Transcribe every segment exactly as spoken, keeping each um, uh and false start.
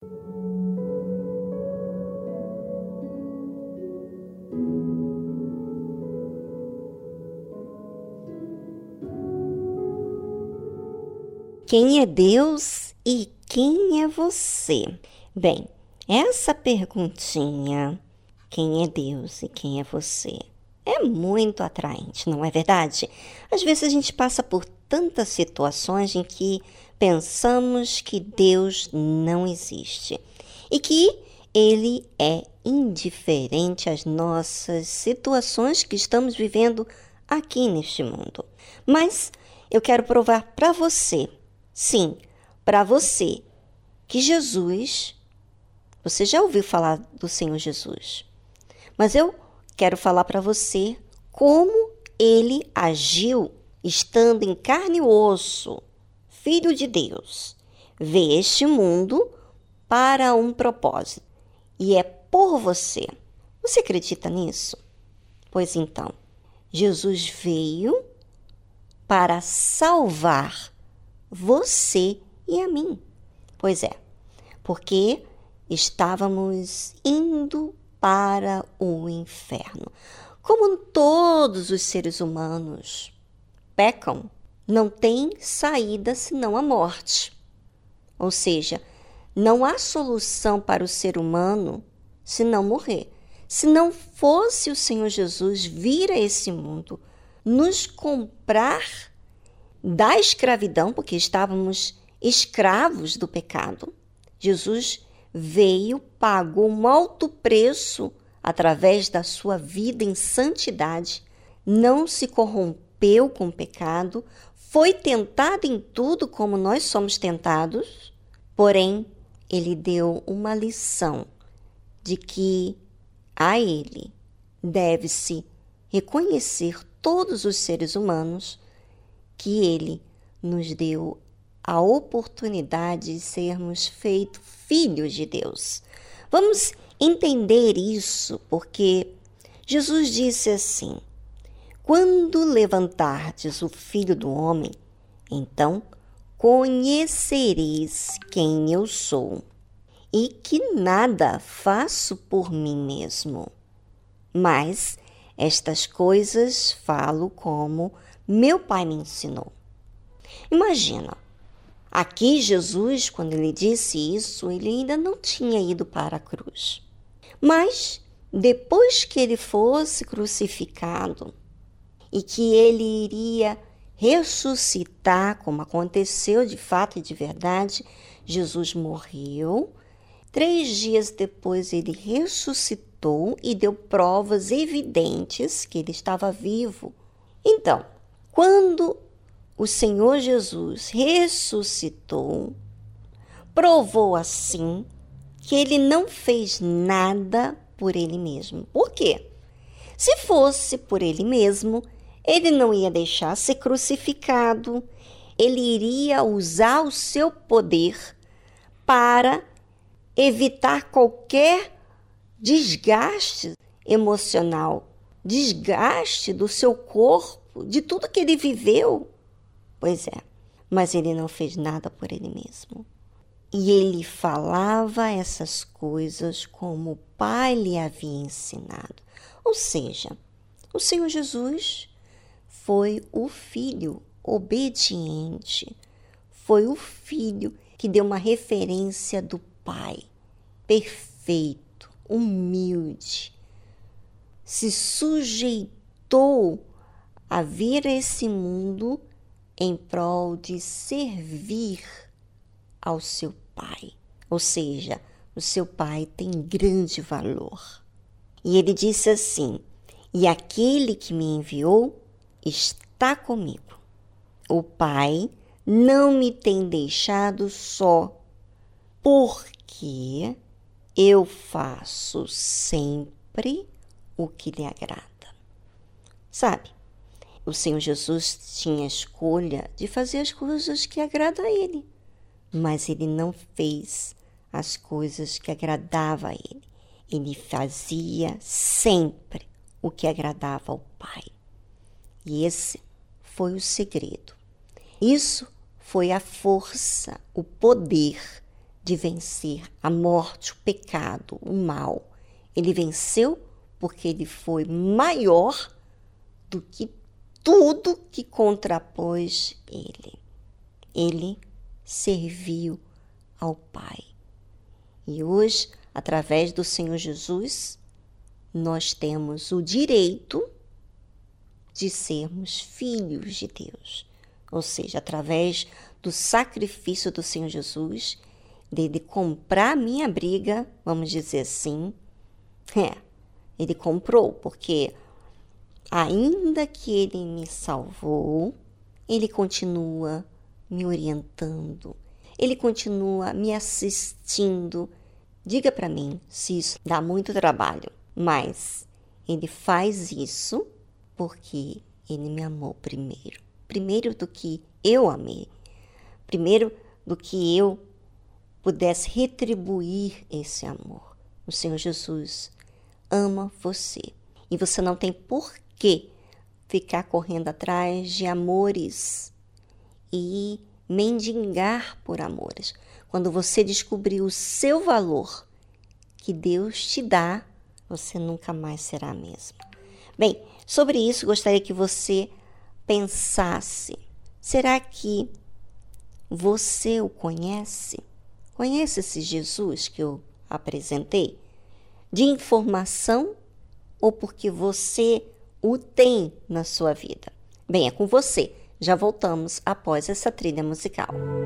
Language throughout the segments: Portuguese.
Quem é Deus e quem é você? Bem, essa perguntinha, quem é Deus e quem é você, é muito atraente, não é verdade? Às vezes a gente passa por tantas situações em que pensamos que Deus não existe e que Ele é indiferente às nossas situações que estamos vivendo aqui neste mundo. Mas eu quero provar para você, sim, para você, que Jesus, você já ouviu falar do Senhor Jesus, mas eu quero falar para você como Ele agiu estando em carne e osso, Filho de Deus, veio este mundo para um propósito, e é por você. Você acredita nisso? Pois então, Jesus veio para salvar você e a mim. Pois é, porque estávamos indo para o inferno. Como todos os seres humanos pecam, não tem saída senão a morte. Ou seja, não há solução para o ser humano senão morrer. Se não fosse o Senhor Jesus vir a esse mundo, nos comprar da escravidão, porque estávamos escravos do pecado, Jesus veio, pagou um alto preço através da sua vida em santidade, não se corrompeu com o pecado, foi tentado em tudo como nós somos tentados, porém, ele deu uma lição de que a ele deve-se reconhecer todos os seres humanos que ele nos deu a oportunidade de sermos feitos filhos de Deus. Vamos entender isso, porque Jesus disse assim: quando levantardes o Filho do Homem, então conhecereis quem eu sou, e que nada faço por mim mesmo, mas estas coisas falo como meu Pai me ensinou. Imagina, aqui Jesus, quando ele disse isso, ele ainda não tinha ido para a cruz. Mas, depois que ele fosse crucificado e que ele iria ressuscitar, como aconteceu de fato e de verdade, Jesus morreu. Três dias depois ele ressuscitou e deu provas evidentes que ele estava vivo. Então, quando o Senhor Jesus ressuscitou, provou assim que ele não fez nada por ele mesmo. Por quê? Se fosse por ele mesmo, ele não ia deixar ser crucificado, ele iria usar o seu poder para evitar qualquer desgaste emocional, desgaste do seu corpo, de tudo que ele viveu. Pois é, mas ele não fez nada por ele mesmo. E ele falava essas coisas como o Pai lhe havia ensinado. Ou seja, o Senhor Jesus foi o filho obediente, foi o filho que deu uma referência do Pai, perfeito, humilde, se sujeitou a vir a esse mundo em prol de servir ao seu Pai. Ou seja, o seu Pai tem grande valor. E ele disse assim: e aquele que me enviou está comigo. O Pai não me tem deixado só, porque eu faço sempre o que lhe agrada. Sabe, o Senhor Jesus tinha a escolha de fazer as coisas que agradam a Ele, mas Ele não fez as coisas que agradavam a Ele. Ele fazia sempre o que agradava ao Pai. E esse foi o segredo. Isso foi a força, o poder de vencer a morte, o pecado, o mal. Ele venceu porque ele foi maior do que tudo que contrapôs ele. Ele serviu ao Pai. E hoje, através do Senhor Jesus, nós temos o direito de sermos filhos de Deus. Ou seja, através do sacrifício do Senhor Jesus, dele comprar minha briga, vamos dizer assim, é, ele comprou, porque ainda que ele me salvou, ele continua me orientando, ele continua me assistindo. Diga para mim se isso dá muito trabalho, mas ele faz isso porque ele me amou primeiro. Primeiro do que eu amei. Primeiro do que eu pudesse retribuir esse amor. O Senhor Jesus ama você. E você não tem por que ficar correndo atrás de amores e mendigar por amores. Quando você descobrir o seu valor que Deus te dá, você nunca mais será a mesma. Bem, sobre isso gostaria que você pensasse. Será que você o conhece? Conhece esse Jesus que eu apresentei? De informação ou porque você o tem na sua vida? Bem, é com você. Já voltamos após essa trilha musical.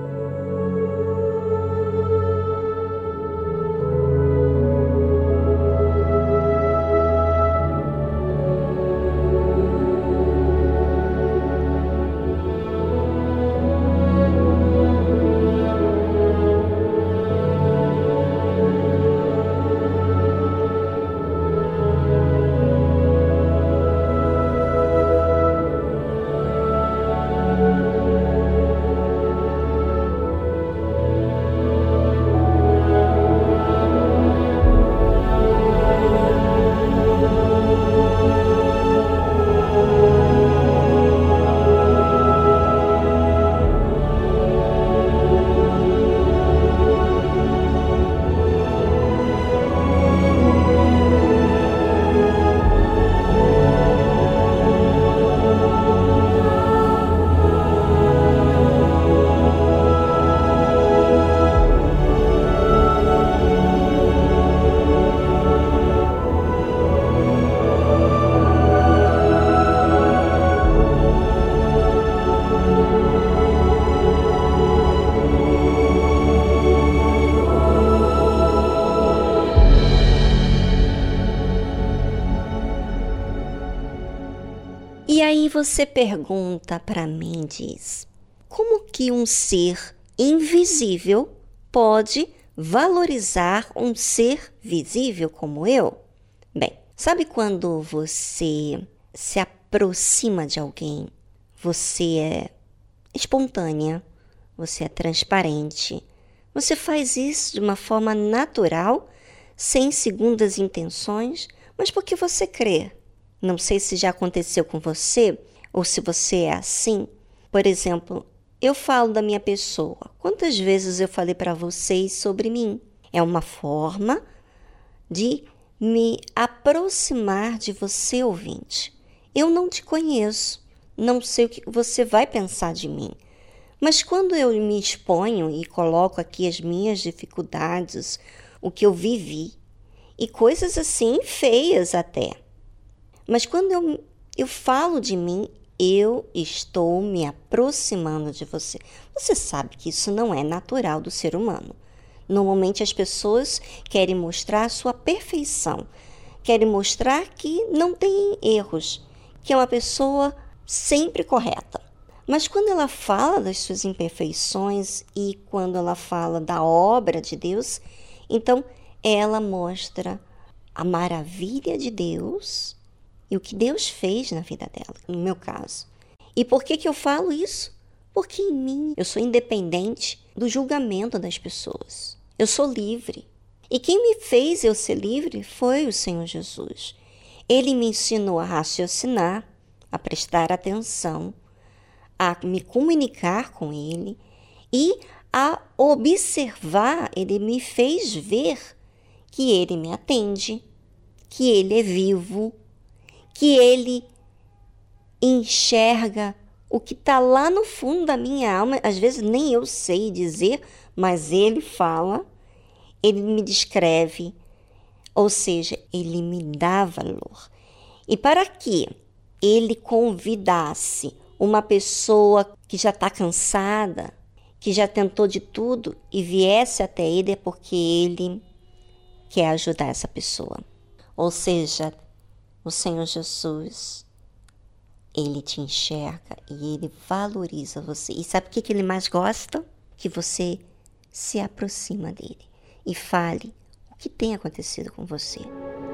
E aí você pergunta para mim, diz, como que um ser invisível pode valorizar um ser visível como eu? Bem, sabe quando você se aproxima de alguém, você é espontânea, você é transparente, você faz isso de uma forma natural, sem segundas intenções, mas porque você crê. Não sei se já aconteceu com você ou se você é assim. Por exemplo, eu falo da minha pessoa. Quantas vezes eu falei para vocês sobre mim? É uma forma de me aproximar de você, ouvinte. Eu não te conheço, não sei o que você vai pensar de mim. Mas quando eu me exponho e coloco aqui as minhas dificuldades, o que eu vivi, e coisas assim feias até. Mas quando eu, eu falo de mim, eu estou me aproximando de você. Você sabe que isso não é natural do ser humano. Normalmente as pessoas querem mostrar a sua perfeição, querem mostrar que não tem erros, que é uma pessoa sempre correta. Mas quando ela fala das suas imperfeições e quando ela fala da obra de Deus, então ela mostra a maravilha de Deus e o que Deus fez na vida dela, no meu caso. E por que que eu falo isso? Porque em mim eu sou independente do julgamento das pessoas. Eu sou livre. E quem me fez eu ser livre foi o Senhor Jesus. Ele me ensinou a raciocinar, a prestar atenção, a me comunicar com Ele e a observar, ele me fez ver que ele me atende, que ele é vivo, que ele enxerga o que está lá no fundo da minha alma. Às vezes nem eu sei dizer, mas ele fala, ele me descreve, ou seja, ele me dá valor. E para que ele convidasse uma pessoa que já está cansada, que já tentou de tudo e viesse até ele, é porque ele quer ajudar essa pessoa. Ou seja, o Senhor Jesus, ele te enxerga e ele valoriza você. E sabe o que ele mais gosta? Que você se aproxima dele e fale o que tem acontecido com você.